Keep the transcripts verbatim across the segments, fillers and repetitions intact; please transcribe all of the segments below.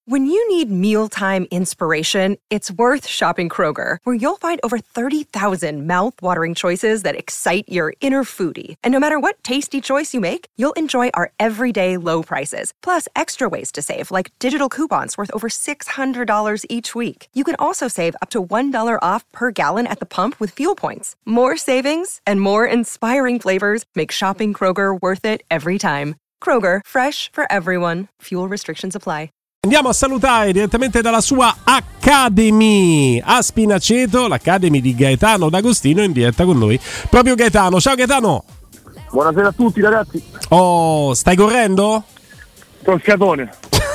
When you need mealtime inspiration, it's worth shopping Kroger, where you'll find over thirty thousand mouth-watering choices that excite your inner foodie. And no matter what tasty choice you make, you'll enjoy our everyday low prices, plus extra ways to save, like digital coupons worth over six hundred dollars each week. You can also save up to one dollar off per gallon at the pump with fuel points. More savings and more inspiring flavors make shopping Kroger worth it every time. Kroger, fresh for everyone. Fuel restrictions apply. Andiamo a salutare direttamente dalla sua Academy a Spinaceto, l'Academy di Gaetano D'Agostino, in diretta con noi. Proprio Gaetano. Ciao Gaetano. Buonasera a tutti ragazzi. Oh, stai correndo? Col fiatone.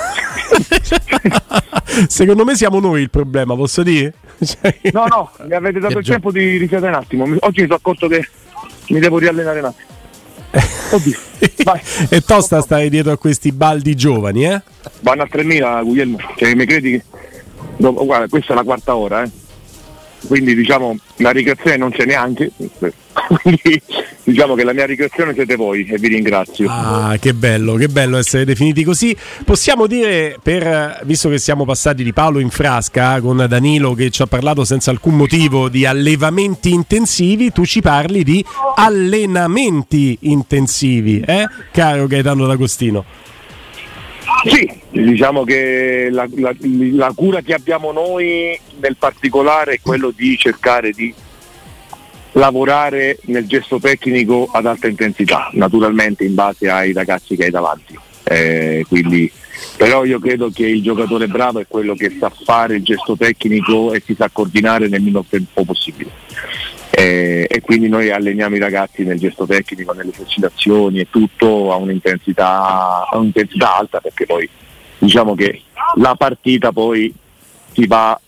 Secondo me siamo noi il problema, posso dire? No, no, mi avete dato il tempo di rifiatare un attimo. Oggi mi sono accorto che mi devo riallenare un attimo. Oddio, vai. È tosta stare dietro a questi baldi giovani, eh? Vanno a tremila, Guglielmo. Cioè, mi credi che dopo, guarda, questa è la quarta ora, eh? Quindi diciamo la ricreazione non c'è neanche. Quindi diciamo che la mia ricreazione siete voi e vi ringrazio. Ah, che bello, che bello essere definiti così. Possiamo dire, per visto che siamo passati di Paolo in frasca con Danilo che ci ha parlato senza alcun motivo di allevamenti intensivi, tu ci parli di allenamenti intensivi, eh? Caro Gaetano D'Agostino. Sì, diciamo che la, la, la cura che abbiamo noi nel particolare è quello di cercare di lavorare nel gesto tecnico ad alta intensità, naturalmente in base ai ragazzi che hai davanti. Eh, quindi, però io credo che il giocatore bravo è quello che sa fare il gesto tecnico e si sa coordinare nel minor tempo possibile. Eh, e quindi noi alleniamo i ragazzi nel gesto tecnico, nelle esercitazioni e tutto a un'intensità, a un'intensità alta, perché poi diciamo che la partita poi ti va,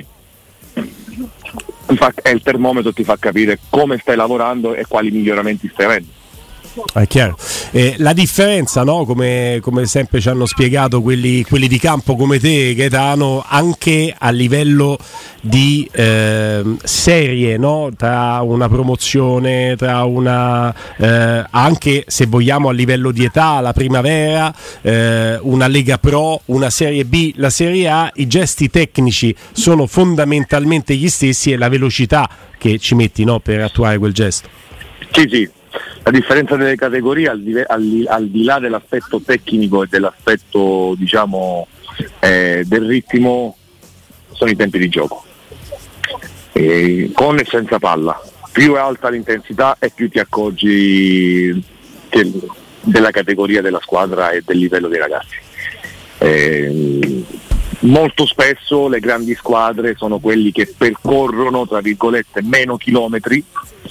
ti fa, è il termometro, ti fa capire come stai lavorando e quali miglioramenti stai avendo. È chiaro. Eh, la differenza, no? Come, come sempre ci hanno spiegato quelli, quelli di campo come te, Gaetano, anche a livello di eh, serie, no? Tra una promozione, tra una eh, anche se vogliamo a livello di età, la primavera, eh, una Lega Pro, una Serie B, la Serie A, i gesti tecnici sono fondamentalmente gli stessi e la velocità che ci metti, no? Per attuare quel gesto. Sì, sì. La differenza delle categorie al di, al, al di là dell'aspetto tecnico e dell'aspetto diciamo eh, del ritmo sono i tempi di gioco, e con e senza palla. Più è alta l'intensità e più ti accorgi che, della categoria della squadra e del livello dei ragazzi. Eh, molto spesso le grandi squadre sono quelli che percorrono tra virgolette meno chilometri,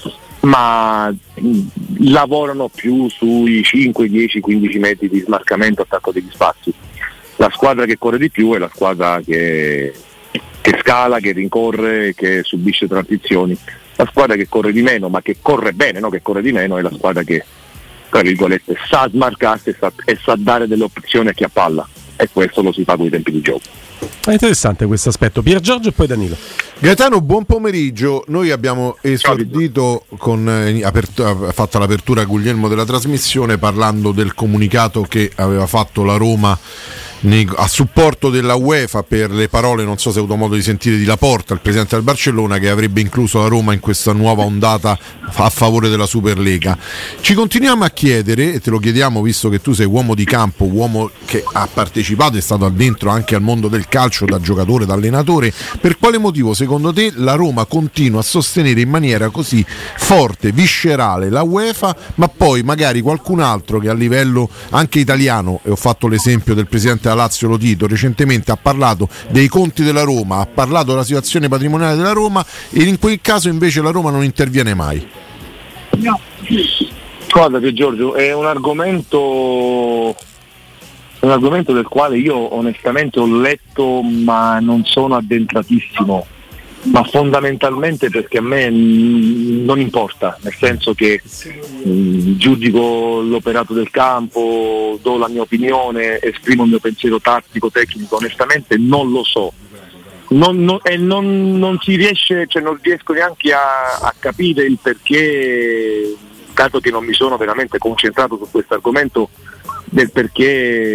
ma lavorano più sui cinque, dieci, quindici metri di smarcamento, attacco degli spazi. La squadra che corre di più è la squadra che, che scala, che rincorre, che subisce transizioni. La squadra che corre di meno, ma che corre bene, no? Che corre di meno, è la squadra che, tra virgolette, sa smarcarsi e sa, e sa dare delle opzioni a chi ha palla, e questo lo si fa con i tempi di gioco. È interessante questo aspetto. Pier Giorgio e poi Danilo. Gaetano, buon pomeriggio. Noi abbiamo esordito con eh, apert- ha fatto l'apertura Guglielmo della trasmissione parlando del comunicato che aveva fatto la Roma nei, a supporto della UEFA per le parole, non so se hai avuto modo di sentire, di Laporta, il presidente del Barcellona, che avrebbe incluso la Roma in questa nuova ondata a favore della Superlega. Ci continuiamo a chiedere, e te lo chiediamo visto che tu sei uomo di campo, uomo che ha partecipato, è stato addentro anche al mondo del calcio da giocatore, da allenatore, per quale motivo secondo te la Roma continua a sostenere in maniera così forte, viscerale la UEFA, ma poi magari qualcun altro che a livello anche italiano, e ho fatto l'esempio del presidente della Lazio Lotito, recentemente ha parlato dei conti della Roma, ha parlato della situazione patrimoniale della Roma, e in quel caso invece la Roma non interviene mai? No. Guarda che Giorgio, è un argomento è un argomento del quale io onestamente ho letto ma non sono addentratissimo, ma fondamentalmente perché a me mh, non importa, nel senso che mh, giudico l'operato del campo, do la mia opinione, esprimo il mio pensiero tattico, tecnico, onestamente non lo so. Non, non, e non, non si riesce, cioè non riesco neanche a, a capire il perché, dato che non mi sono veramente concentrato su questo argomento, del perché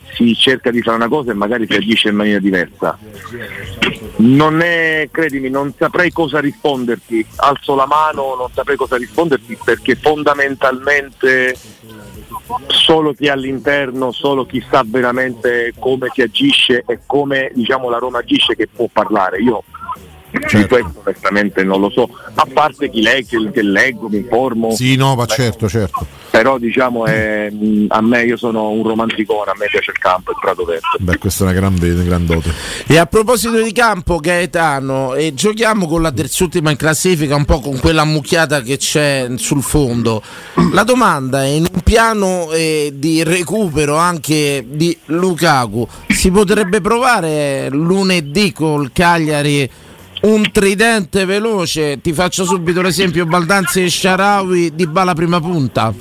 si cerca di fare una cosa e magari si agisce in maniera diversa. Non è, credimi, non saprei cosa risponderti, alzo la mano, non saprei cosa risponderti, perché fondamentalmente solo chi è all'interno, solo chi sa veramente come si agisce e come, diciamo, la Roma agisce che può parlare. Io certo. Di questo onestamente non lo so, a parte chi legge, che leggo, mi informo. Sì, no, ma certo, certo. Però diciamo è, a me, io sono un romanticone, a me piace il campo, il prato verde. Beh, questa è una gran, una gran dote. E a proposito di campo, Gaetano, e giochiamo con la terzultima in classifica, un po' con quella ammucchiata che c'è sul fondo. La domanda è: in un piano eh, di recupero anche di Lukaku, si potrebbe provare lunedì col Cagliari un tridente veloce? Ti faccio subito l'esempio: Baldanzi e Shaarawy, Dybala prima punta.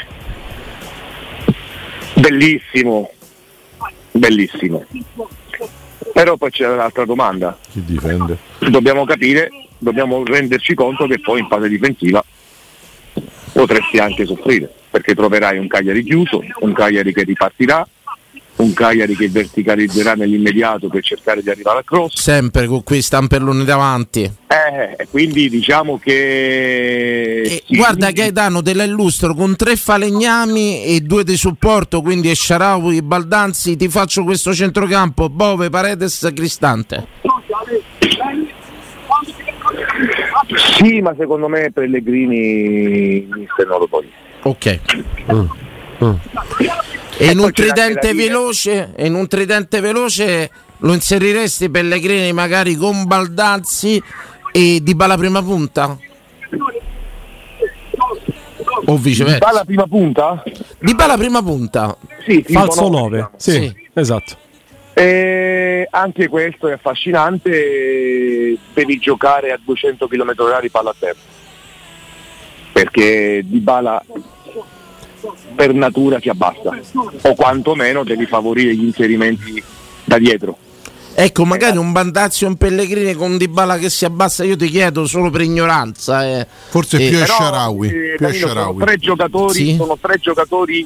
Bellissimo, bellissimo. Però poi c'è l'altra domanda. Chi difende? Dobbiamo capire, dobbiamo renderci conto che poi in fase difensiva potresti anche soffrire, perché troverai un Cagliari chiuso, un Cagliari che ripartirà, un Cagliari che verticalizzerà nell'immediato per cercare di arrivare al cross, sempre con quei stampelloni davanti. Eh, quindi diciamo che eh, sì. Guarda Gaetano, te la illustro con tre falegnami e due di supporto, quindi è Shaarawy e Baldanzi. Ti faccio questo centrocampo: Bove, Paredes, Cristante. Sì, ma secondo me Pellegrini mister non lo toglie. Ok. Mm. Mm. E in un tridente veloce, e in un tridente veloce lo inseriresti Pellegrini magari con Baldanzi e Dybala prima punta? O viceversa? Dybala prima punta? Dybala prima punta. Sì, falso nove. Sì, sì, esatto. E anche questo è affascinante, devi giocare a duecento chilometri orari palla a terra, perché Dybala per natura si abbassa, o quantomeno devi favorire gli inserimenti da dietro. Ecco, magari un Bandazzi o un Pellegrini con Dybala che si abbassa, io ti chiedo solo per ignoranza. Eh. Forse eh, più è però, Shaarawy. Eh, più Danilo, Shaarawy. Sono tre giocatori, sì? sono tre giocatori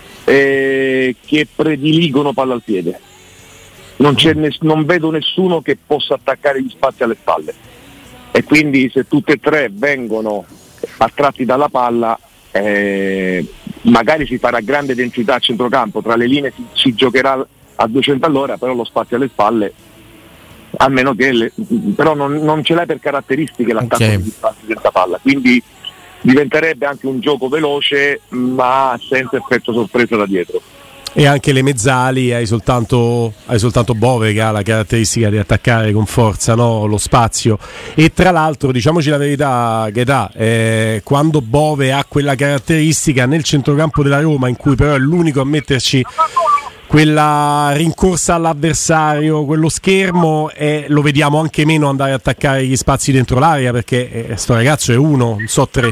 eh, che prediligono palla al piede. Non, c'è ness- non vedo nessuno che possa attaccare gli spazi alle spalle. E quindi se tutte e tre vengono attratti dalla palla, eh, magari si farà grande densità a centrocampo, tra le linee si, si giocherà a duecento all'ora, però lo spazio alle spalle, a meno che le, però non, non ce l'hai per caratteristiche l'attacco okay. degli spazi senza palla, quindi diventerebbe anche un gioco veloce ma senza effetto sorpresa da dietro. E anche le mezzali hai soltanto, hai soltanto Bove che ha la caratteristica di attaccare con forza, no? Lo spazio. E tra l'altro, diciamoci la verità, Gaetà, eh, quando Bove ha quella caratteristica nel centrocampo della Roma, in cui però è l'unico a metterci quella rincorsa all'avversario, quello schermo, eh, lo vediamo anche meno andare a attaccare gli spazi dentro l'area, perché eh, sto ragazzo è uno, non so tre.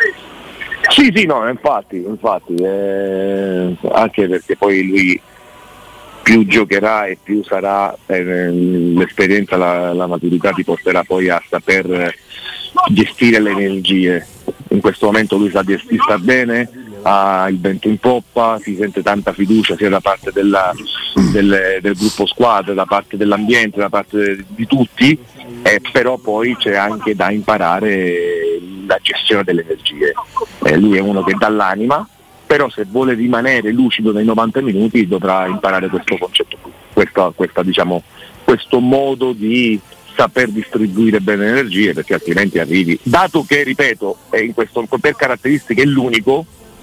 Sì, sì, no, infatti, infatti, eh, anche perché poi lui più giocherà e più sarà, eh, l'esperienza, la, la maturità ti porterà poi a saper gestire le energie. In questo momento lui sa di sta bene, ha il vento in poppa, si sente tanta fiducia sia da parte della, del, del gruppo squadra, da parte dell'ambiente, da parte di tutti, eh, però poi c'è anche da imparare la gestione delle energie. Eh, lui è uno che dà l'anima, però se vuole rimanere lucido nei novanta minuti dovrà imparare questo concetto qui, questa, questa, diciamo, questo modo di saper distribuire bene le energie, perché altrimenti arrivi, dato che, ripeto, è in questo, per caratteristiche è l'unico,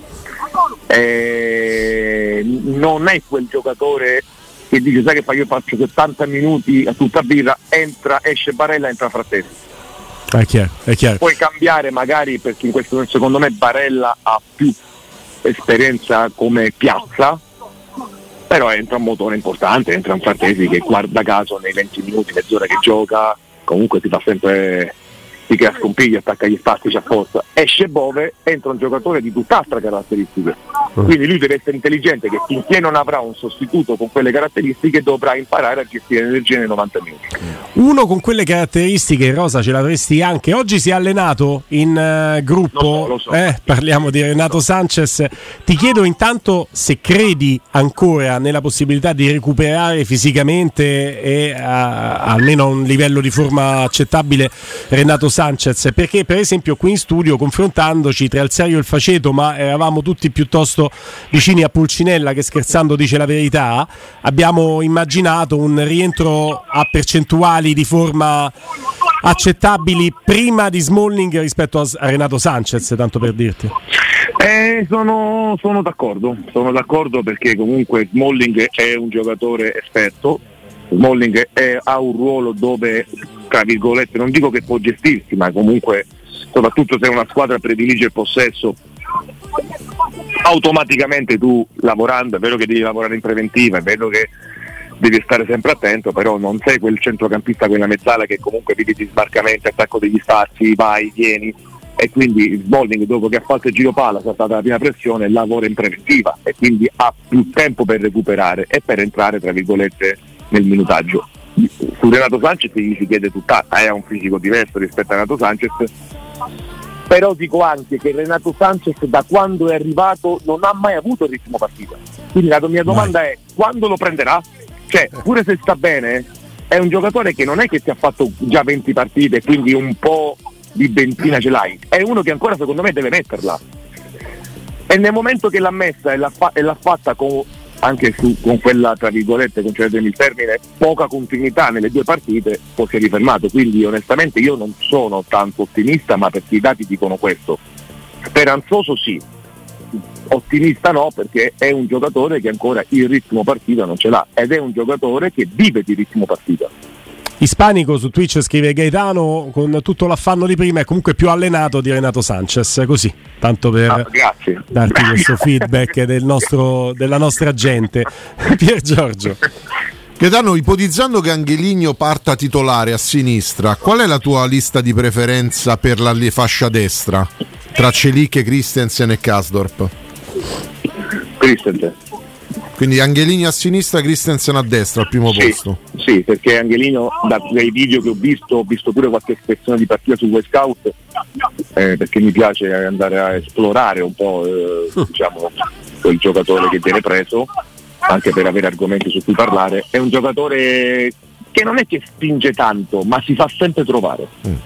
eh, non è quel giocatore che dice sai che fa, io faccio settanta minuti a tutta birra, entra, esce Barella, entra Frattesi. È chiaro, è chiaro. Puoi cambiare magari, perché in questo secondo me Barella ha più esperienza come piazza, però entra un motore importante, entra un Frattesi che guarda caso nei venti minuti, mezz'ora che gioca, comunque ti fa sempre ti crea scompigli, attacca gli spazi, c'ha forza. Esce Bove, entra un giocatore di tutt'altra caratteristiche, quindi lui deve essere intelligente, che finché non avrà un sostituto con quelle caratteristiche dovrà imparare a gestire l'energia nei novanta minuti. Uno con quelle caratteristiche, Rosa, ce l'avresti anche. Oggi si è allenato in uh, gruppo, lo so, lo so. Eh, parliamo di Renato Sanchez. Ti chiedo intanto se credi ancora nella possibilità di recuperare fisicamente e uh, almeno a un livello di forma accettabile Renato Sanchez, perché per esempio qui in studio, confrontandoci tra il serio e il faceto, ma eravamo tutti piuttosto vicini a Pulcinella che scherzando dice la verità, abbiamo immaginato un rientro a percentuali di forma accettabili prima di Smalling rispetto a Renato Sanchez, tanto per dirti. Eh, sono, sono d'accordo, sono d'accordo perché comunque Smalling è un giocatore esperto, Smalling è, ha un ruolo dove, tra virgolette, non dico che può gestirsi, ma comunque soprattutto se una squadra predilige il possesso, automaticamente tu lavorando, è vero che devi lavorare in preventiva, è vero che devi stare sempre attento, però non sei quel centrocampista, quella mezzala che comunque vivi di sbarcamenti, attacco degli spazi, vai, vieni, e quindi Smalling dopo che ha fatto il giro palla, si è stata la prima pressione, lavora in preventiva e quindi ha più tempo per recuperare e per entrare tra virgolette nel minutaggio. Su Renato Sanchez gli si chiede tutt'altro, ha un fisico diverso rispetto a Renato Sanchez, però dico anche che Renato Sanchez da quando è arrivato non ha mai avuto il ritmo partita, quindi la mia domanda Vai. è quando lo prenderà? Cioè pure se sta bene è un giocatore che non è che ti ha fatto già venti partite, quindi un po' di benzina ce l'hai, è uno che ancora secondo me deve metterla, e nel momento che l'ha messa e l'ha, fa- e l'ha fatta con, anche su, con quella tra virgolette, concedetemi il termine, poca continuità nelle due partite, poi si è rifermato, quindi onestamente io non sono tanto ottimista, ma perché i dati dicono questo. Speranzoso sì, ottimista no, perché è un giocatore che ancora il ritmo partita non ce l'ha ed è un giocatore che vive di ritmo partita. Ispanico su Twitch scrive: Gaetano con tutto l'affanno di prima è comunque più allenato di Renato Sanchez, così tanto per ah, grazie. darti questo feedback del nostro, della nostra gente. Pier Giorgio. Gaetano, ipotizzando che Angeligno parta titolare a sinistra, qual è la tua lista di preferenza per la fascia destra tra Celik, Christensen e Karsdorp? Christensen. Quindi Angeligno a sinistra, Christensen a destra al primo sì, posto. Sì, perché Angelino, da, dai video che ho visto, ho visto pure qualche espressione di partita su West Scout, eh, perché mi piace andare a esplorare un po' eh, diciamo quel giocatore che viene preso, anche per avere argomenti su cui parlare. È un giocatore che non è che spinge tanto, ma si fa sempre trovare. Mm.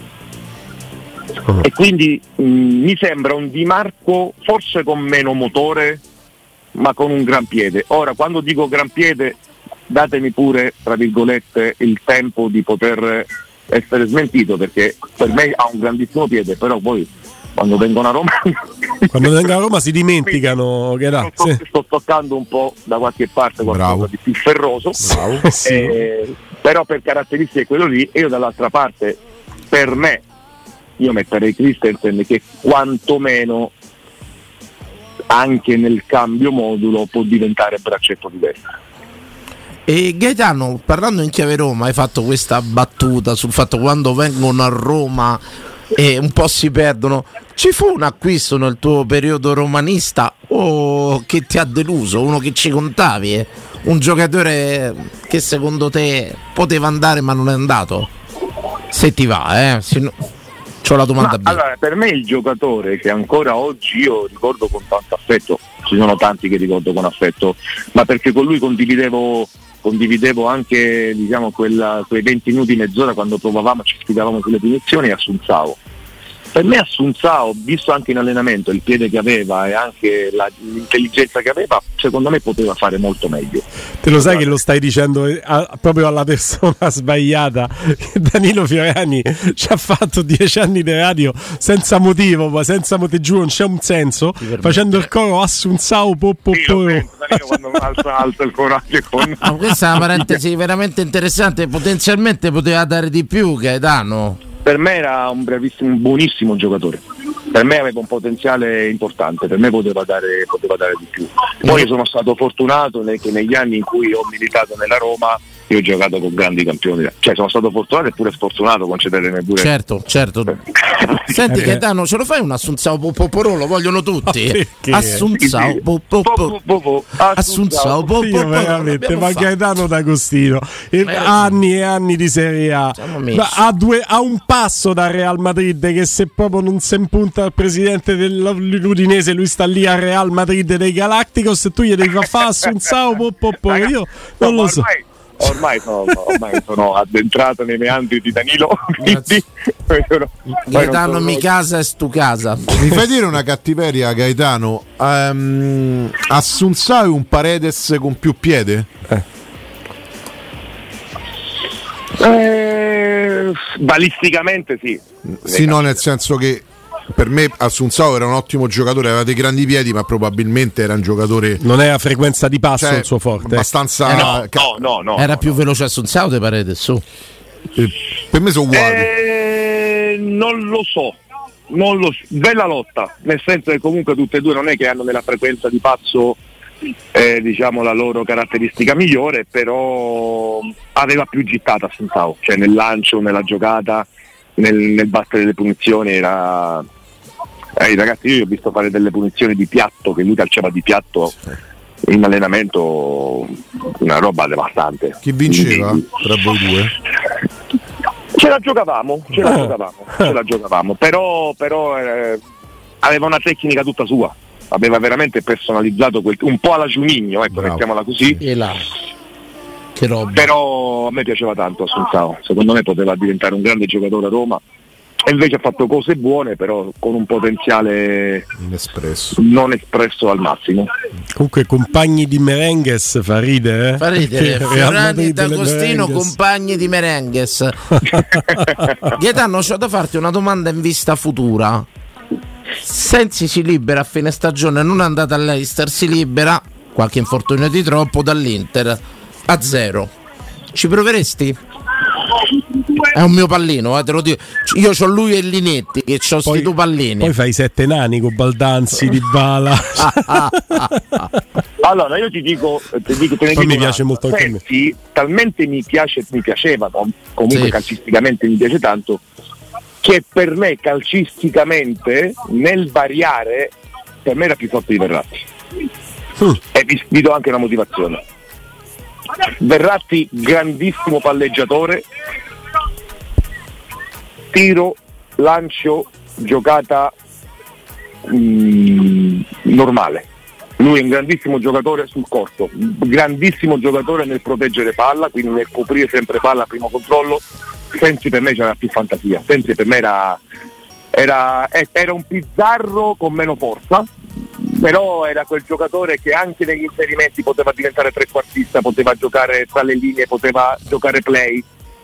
E quindi mh, mi sembra un Di Marco forse con meno motore, ma con un gran piede. Ora, quando dico gran piede, datemi pure, tra virgolette, il tempo di poter essere smentito, perché per me ha un grandissimo piede, però poi quando vengono a Roma quando vengono a Roma si dimenticano che era, sto, sì. sto toccando un po' da qualche parte qualcosa Bravo. di più ferroso. Bravo. Sì. Eh, però per caratteristiche quello lì, e io dall'altra parte, per me, io metterei Christensen, che quantomeno anche nel cambio modulo può diventare braccetto di destra. E Gaetano, parlando in chiave Roma, hai fatto questa battuta sul fatto che quando vengono a Roma e un po' si perdono. Ci fu un acquisto nel tuo periodo romanista o che ti ha deluso? Uno che ci contavi? Eh? Un giocatore che secondo te poteva andare ma non è andato? Se ti va, eh? Se no... C'ho la domanda Ma, allora, per me il giocatore che ancora oggi io ricordo con tanto affetto, ci sono tanti che ricordo con affetto, ma perché con lui condividevo condividevo anche diciamo quella, quei venti minuti, mezz'ora quando provavamo, ci sfidavamo sulle punizioni, Assunzao. Per me Assunzao, visto anche in allenamento il piede che aveva e anche la, l'intelligenza che aveva, secondo me poteva fare molto meglio. Te lo sai che lo stai dicendo a, proprio alla persona sbagliata, che Danilo Fiorani ci ha fatto dieci anni di radio senza motivo, ma senza motivo, giuro, non c'è un senso, facendo il coro Assunzao poppo sì, Danilo quando alza, alza il coraggio con... ah, questa è una parentesi veramente interessante, potenzialmente poteva dare di più Gaetano. Per me era un bravissimo, un buonissimo giocatore, per me aveva un potenziale importante, per me poteva dare, poteva dare di più. Poi sono stato fortunato che negli anni in cui ho militato nella Roma io ho giocato con grandi campioni, cioè sono stato fortunato e pure sfortunato, concedetemi pure. Certo, certo. Senti Gaetano, ce lo fai un Assunzao Popoporo? Lo vogliono tutti. Assunzao Popoporo. Assunzao Popoporo. Veramente, ma Gaetano D'Agostino, eh, anni e anni di Serie A, a, due, a un passo dal Real Madrid, che se proprio non si impunta al presidente dell'Udinese, lui sta lì al Real Madrid dei Galacticos, e tu gli devi far Assunzao Popoporo. Io non lo so. Ormai sono, ormai sono addentrato nei meandri di Danilo. Quindi, Gaetano, sono... mi casa e stu casa. Mi fai dire una cattiveria, Gaetano? Um, Assunzao è un Paredes con più piede? Eh. Eh, balisticamente sì. Sì, no, nel senso che per me Assunzao era un ottimo giocatore, aveva dei grandi piedi, ma probabilmente era un giocatore. Non era frequenza di passo, cioè, il suo forte. Abbastanza. Eh no, no, no, no, era no, più no. veloce Assunzao, te pare su? Eh, per me sono uguali. Eh, non lo so. Non lo so. Bella lotta, nel senso che comunque tutte e due non è che hanno nella frequenza di passo eh, diciamo la loro caratteristica migliore, però aveva più gittata Assunzao, cioè nel lancio, nella giocata, nel, nel battere le punizioni era. Eh, ragazzi, io ho visto fare delle punizioni di piatto, che lui calciava di piatto in allenamento, una roba devastante. Chi vinceva tra voi due? Ce la giocavamo, ce la giocavamo, ce la giocavamo, però, però eh, aveva una tecnica tutta sua, aveva veramente personalizzato quel, un po' alla Giunigno, ecco, mettiamola così. E là. Che roba. Però a me piaceva tanto Assunzao, secondo me poteva diventare un grande giocatore a Roma. E invece ha fatto cose buone, però con un potenziale inespresso, non espresso al massimo. Comunque compagni di Merengues fa ridere, eh? Fa ridere. Fiorani D'Agostino, compagni di Merengues. Gaetano, c'ho da farti una domanda in vista futura. Sensi si libera a fine stagione, non è andata all'Leicester, si libera, qualche infortunio di troppo, dall'Inter a zero. Ci proveresti? È un mio pallino, eh, te lo dico. Io c'ho lui e Linetti, che c'ho sti due pallini. Poi fai sette nani con Baldanzi, Dybala. Allora io ti dico, ti dico te ne dico mi piace molto anche a me. Sì, talmente mi piace, mi piaceva, comunque sì. Calcisticamente mi piace tanto, che per me calcisticamente nel variare per me era più forte di Verratti. Mm. E vi, vi do anche una motivazione. Verratti grandissimo palleggiatore, tiro, lancio, giocata mh, normale. Lui è un grandissimo giocatore sul corto, grandissimo giocatore nel proteggere palla, quindi nel coprire sempre palla a primo controllo. Sensi per me c'era più fantasia, Sensi per me era, era, era un Pizzarro con meno forza, però era quel giocatore che anche negli inserimenti poteva diventare trequartista, poteva giocare tra le linee, poteva giocare play,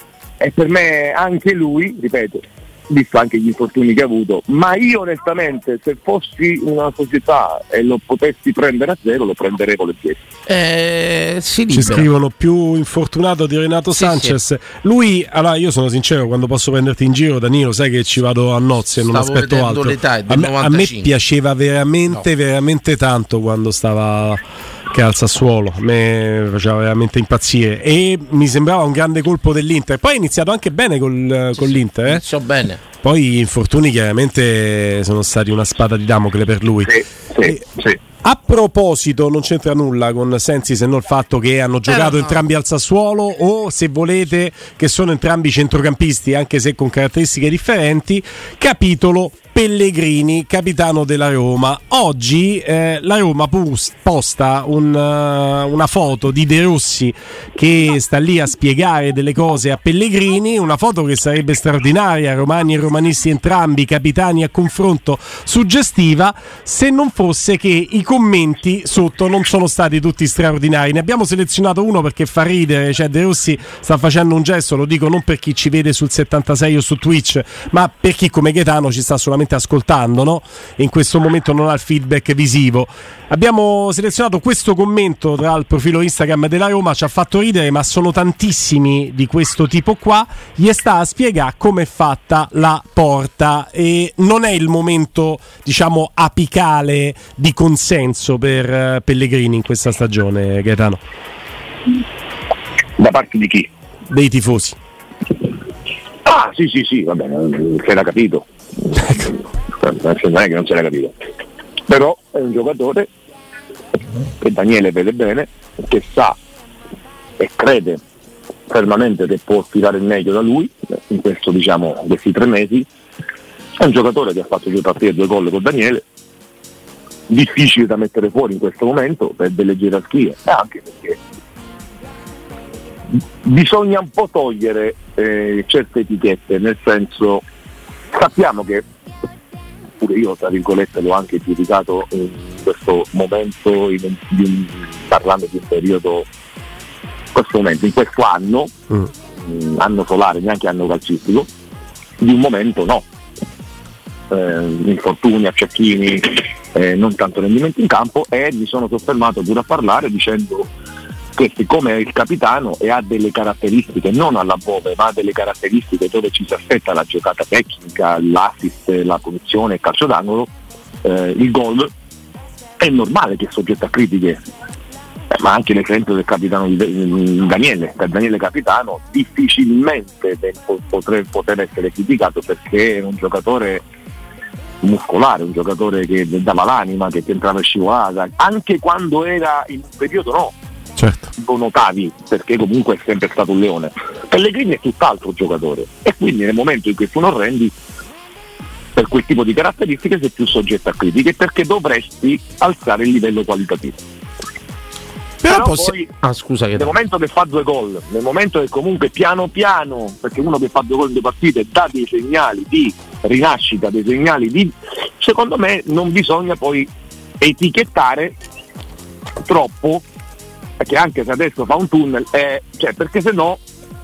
e per me anche lui, ripeto, visto anche gli infortuni che ha avuto, ma io onestamente se fossi una società e lo potessi prendere a zero lo prenderei volentieri. Eh, si Ci scrivono più infortunato di Renato sì, Sanchez sì. Lui, allora io sono sincero, quando posso prenderti in giro, Danilo, sai che ci vado a nozze e non aspetto altro. A me, a me piaceva veramente no. veramente tanto quando stava che al Sassuolo, a me faceva veramente impazzire e mi sembrava un grande colpo dell'Inter. Poi ha iniziato anche bene col, sì, con l'Inter, eh? So bene. Poi gli infortuni chiaramente sono stati una spada di Damocle per lui. Sì, sì, e, sì. A proposito, non c'entra nulla con Sensi se non il fatto che hanno giocato eh no, entrambi no. al Sassuolo, o se volete che sono entrambi centrocampisti, anche se con caratteristiche differenti. Capitolo Pellegrini, capitano della Roma. Oggi eh, la Roma posta un, uh, una foto di De Rossi che sta lì a spiegare delle cose a Pellegrini, una foto che sarebbe straordinaria, romani e romanisti entrambi, capitani a confronto, suggestiva, se non fosse che i commenti sotto non sono stati tutti straordinari. Ne abbiamo selezionato uno perché fa ridere, cioè De Rossi sta facendo un gesto, lo dico non per chi ci vede sul settantasei o su Twitch, ma per chi come Gaetano ci sta solamente ascoltando, no? E in questo momento non ha il feedback visivo. Abbiamo selezionato questo commento tra il profilo Instagram della Roma, ci ha fatto ridere, ma sono tantissimi di questo tipo qua. Gli sta a spiegare come è fatta la porta e non è il momento, diciamo, apicale di consenso per Pellegrini in questa stagione, Gaetano. Da parte di chi? Dei tifosi. Ah sì sì sì, va bene, si era capito. Non è che non si era capito. Però è un giocatore che Daniele vede bene, che sa e crede fermamente che può tirare il meglio da lui in questo, diciamo, questi tre mesi. È un giocatore che ha fatto due partite e due gol con Daniele, difficile da mettere fuori in questo momento per delle gerarchie, e anche perché bisogna un po' togliere eh, certe etichette, nel senso, sappiamo che pure io tra virgolette l'ho anche giudicato in questo momento, in un, di un, parlando di un periodo, questo momento, in questo anno, mm. mh, anno solare, neanche anno calcistico, di un momento no, eh, infortuni, acciacchini, eh, non tanto rendimento in campo, e mi sono soffermato pure a parlare dicendo che siccome è il capitano e ha delle caratteristiche, non alla Bove, ma ha delle caratteristiche dove ci si aspetta la giocata tecnica, l'assist, la punizione, il calcio d'angolo, eh, il gol, è normale che è soggetto a critiche, eh, ma anche l'esempio del capitano di Daniele, del Daniele capitano, difficilmente potrebbe poter essere criticato perché è un giocatore muscolare, un giocatore che dava l'anima, che entrava e scivolata, anche quando era in un periodo no. Certo. Lo notavi perché comunque è sempre stato un leone. Pellegrini è tutt'altro giocatore e quindi nel momento in cui tu non rendi per quel tipo di caratteristiche sei più soggetto a critiche, perché dovresti alzare il livello qualitativo. Però, Però possi- poi ah, scusa, che nel momento che fa due gol, nel momento che comunque piano piano, perché uno che fa due gol in due partite dà dei segnali di rinascita, dei segnali di, secondo me non bisogna poi etichettare troppo, perché anche se adesso fa un tunnel, eh, cioè, perché se no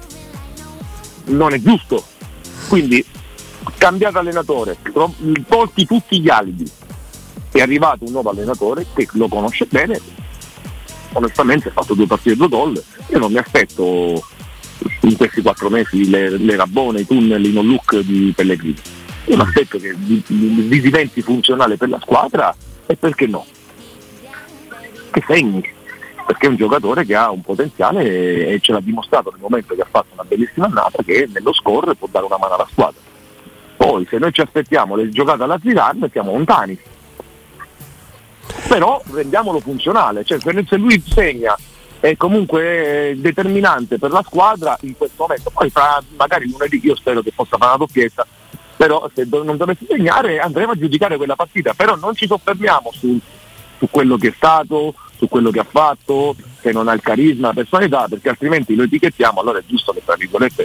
non è giusto. Quindi cambiato allenatore, tolti tutti gli alibi, è arrivato un nuovo allenatore che lo conosce bene, onestamente ha fatto due partite e due gol. Io non mi aspetto in questi quattro mesi le, le rabbone, i tunnel, i non look di Pellegrini. Io mi aspetto che di, di, di diventi funzionale per la squadra, e perché no? Che segni, perché è un giocatore che ha un potenziale e, e ce l'ha dimostrato nel momento che ha fatto una bellissima annata, che nello score può dare una mano alla squadra. Poi se noi ci aspettiamo le giocate alla Zidane siamo lontani, però rendiamolo funzionale, cioè se lui segna è comunque determinante per la squadra in questo momento. Poi fra, magari lunedì io spero che possa fare una doppietta, però se do, non dovesse segnare andremo a giudicare quella partita, però non ci soffermiamo su, su quello che è stato, su quello che ha fatto, se non ha il carisma, la personalità, perché altrimenti lo etichettiamo, allora è giusto che tra virgolette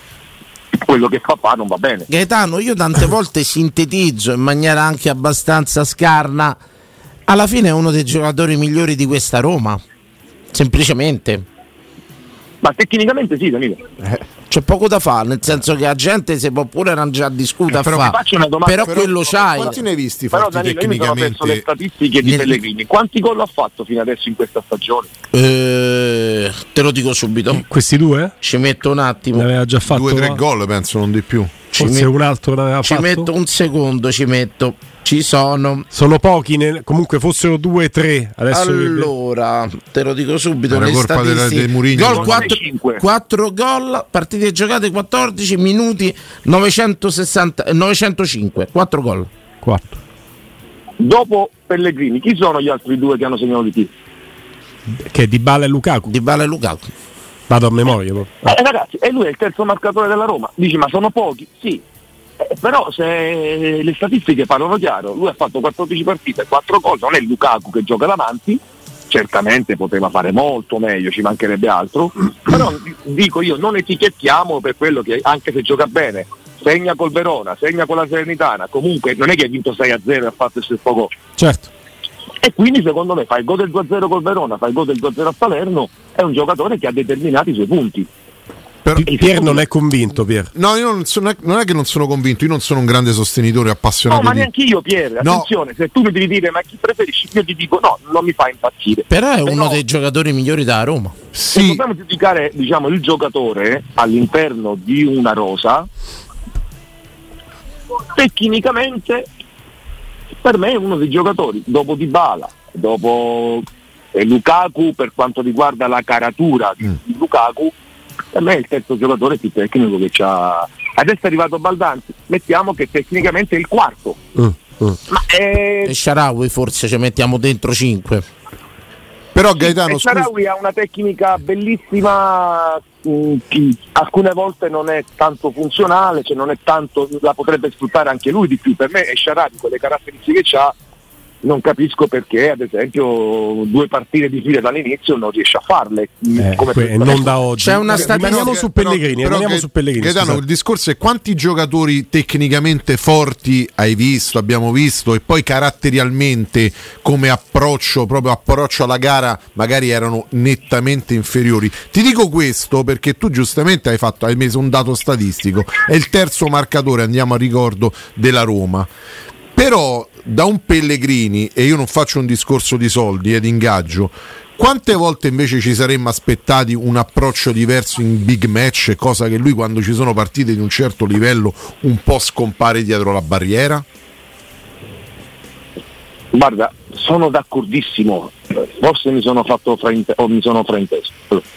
quello che fa fa non va bene. Gaetano, io tante volte sintetizzo in maniera anche abbastanza scarna, alla fine è uno dei giocatori migliori di questa Roma, semplicemente. Ma tecnicamente sì, Danilo. Eh. C'è poco da fare, nel senso che la gente si può pure arrangiare a discutere, eh, però, fa. domanda, però, però quello c'hai. Quanti ne hai visti però forti Danilo, tecnicamente? io mi sono perso le statistiche di Nel... Pellegrini. Quanti gol ha fatto fino adesso in questa stagione? Eh, te lo dico subito. Questi due? Ci metto un attimo. Ne aveva già fatto due o tre gol, penso, non di più. Forse met- un altro ne aveva ci fatto. metto un secondo, ci metto. Ci sono. Sono pochi, ne... comunque fossero due o tre. Adesso allora, te lo dico subito. Le colpa statistiche gol quattro, quattro gol, partite giocate quattordici minuti, novecentosessanta, novecentocinque, quattro gol. quattro. Dopo Pellegrini, chi sono gli altri due che hanno segnato di più? Che Dybala e Lukaku. Dybala e Lukaku. Vado a memoria. Eh, ragazzi, e lui è il terzo marcatore della Roma. Dici, ma sono pochi? Sì. Eh, però se le statistiche parlano chiaro, lui ha fatto quattordici partite, quattro gol, non è Lukaku che gioca davanti, certamente poteva fare molto meglio, ci mancherebbe altro, però dico io, non etichettiamo per quello che, anche se gioca bene, segna col Verona, segna con la Salernitana, comunque non è che ha vinto sei a zero e ha fatto il stesso gol. Certo. E quindi secondo me fa il gol del due a zero col Verona, fa il gol del due a zero a Salerno, è un giocatore che ha determinati i suoi punti. Per... Pier non è convinto, Pier. No, io non, sono, non è che non sono convinto, io non sono un grande sostenitore appassionato. No, ma di... neanche io, Pier, attenzione, no. Se tu mi devi dire ma chi preferisci, io ti dico no, non mi fa impazzire. Però è Però, uno dei giocatori migliori da Roma. Se sì. dobbiamo giudicare, diciamo, il giocatore all'interno di una rosa, tecnicamente per me è uno dei giocatori, dopo Dybala, dopo e Lukaku, per quanto riguarda la caratura di Mm. Lukaku, per me è il terzo giocatore più tecnico che c'ha. Adesso è arrivato Baldanzi, mettiamo che tecnicamente è il quarto. Mm, mm. Ma è... E Shaarawy forse ci mettiamo dentro cinque. Però Gaetano, e Shaarawy ha una tecnica bellissima, mh, che alcune volte non è tanto funzionale, cioè non è tanto, la potrebbe sfruttare anche lui di più. Per me è Shaarawy, con le caratteristiche che ha, non capisco perché ad esempio due partite di fila dall'inizio non riesce a farle, Eh, come que- per- non da oggi. C'è una statistica- Rimaniamo su Pellegrini, però, rimaniamo Ga- su Pellegrini. Gaetano, scusate. il discorso è quanti giocatori tecnicamente forti hai visto, abbiamo visto, e poi caratterialmente come approccio, proprio approccio alla gara, magari erano nettamente inferiori. Ti dico questo perché tu giustamente hai fatto, hai messo un dato statistico, è il terzo marcatore, andiamo a ricordo, della Roma. Però da un Pellegrini, e io non faccio un discorso di soldi e di ingaggio, quante volte invece ci saremmo aspettati un approccio diverso in big match, cosa che lui quando ci sono partite di un certo livello un po' scompare dietro la barriera? Guarda, sono d'accordissimo, forse mi sono fatto frainte- o mi sono frainteso.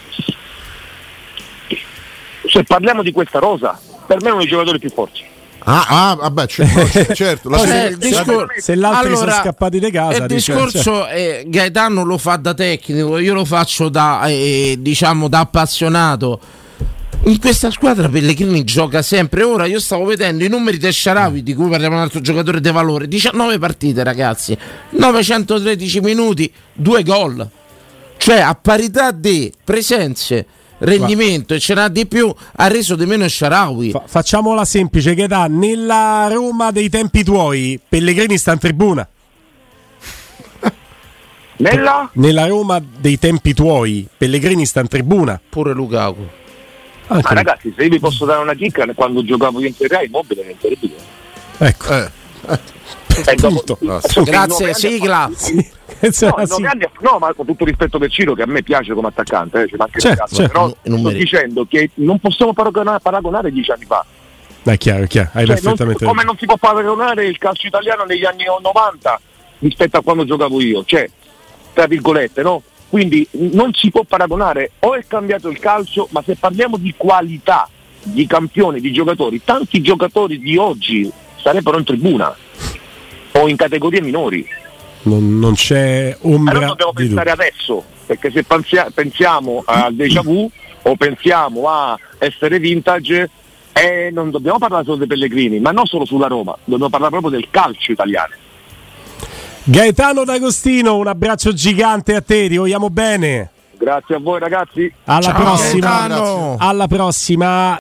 Se parliamo di questa rosa, per me è uno dei giocatori più forti. Ah, ah vabbè, certo, certo. La Poi Cioè, se- il discor- se l'altri allora, sono scappati di casa, il dice, discorso è, Gaetano lo fa da tecnico, io lo faccio da eh, diciamo da appassionato. In questa squadra Pellegrini gioca sempre. Ora io stavo vedendo i numeri del Shaarawy, di cui parliamo un altro giocatore di valore, diciannove partite ragazzi, novecentotredici minuti, due gol, cioè a parità di presenze, rendimento, e ce n'ha di più, ha reso di meno Shaarawy. Fa- facciamola semplice, che da nella Roma dei tempi tuoi Pellegrini sta in tribuna. Nella? Nella Roma dei tempi tuoi Pellegrini sta in tribuna. Pure Lukaku. Anche Ah, lui. ragazzi, se io vi posso dare una chicca, quando giocavo in Serie A Immobile era incredibile. Ecco. Eh, Eh, dopo- Punto. adesso che in nove Grazie, anni ha sigla. fatto- Sì, questa No, è la in nove sigla. anni ha- no, ma con tutto rispetto per Ciro, che a me piace come attaccante, eh, ci manca il Certo, cazzo, certo. però I sto numeri. dicendo che non possiamo paragonare, paragonare dieci anni fa. È chiaro, è chiaro, hai Cioè, non- perfettamente come ragione. non si può paragonare il calcio italiano negli anni novanta rispetto a quando giocavo io, cioè, tra virgolette, no? Quindi non si può paragonare, o è cambiato il calcio, ma se parliamo di qualità, di campioni, di giocatori, tanti giocatori di oggi sarebbero in tribuna o in categorie minori. Non, non c'è ombra Allora dobbiamo di pensare dubbio. adesso, perché se pensia- pensiamo al déjà vu o pensiamo a essere vintage, eh, non dobbiamo parlare solo dei Pellegrini, ma non solo sulla Roma, dobbiamo parlare proprio del calcio italiano. Gaetano D'Agostino, un abbraccio gigante a te, ti vogliamo bene. Grazie a voi ragazzi. Alla Ciao, prossima. Gaetano. Alla prossima.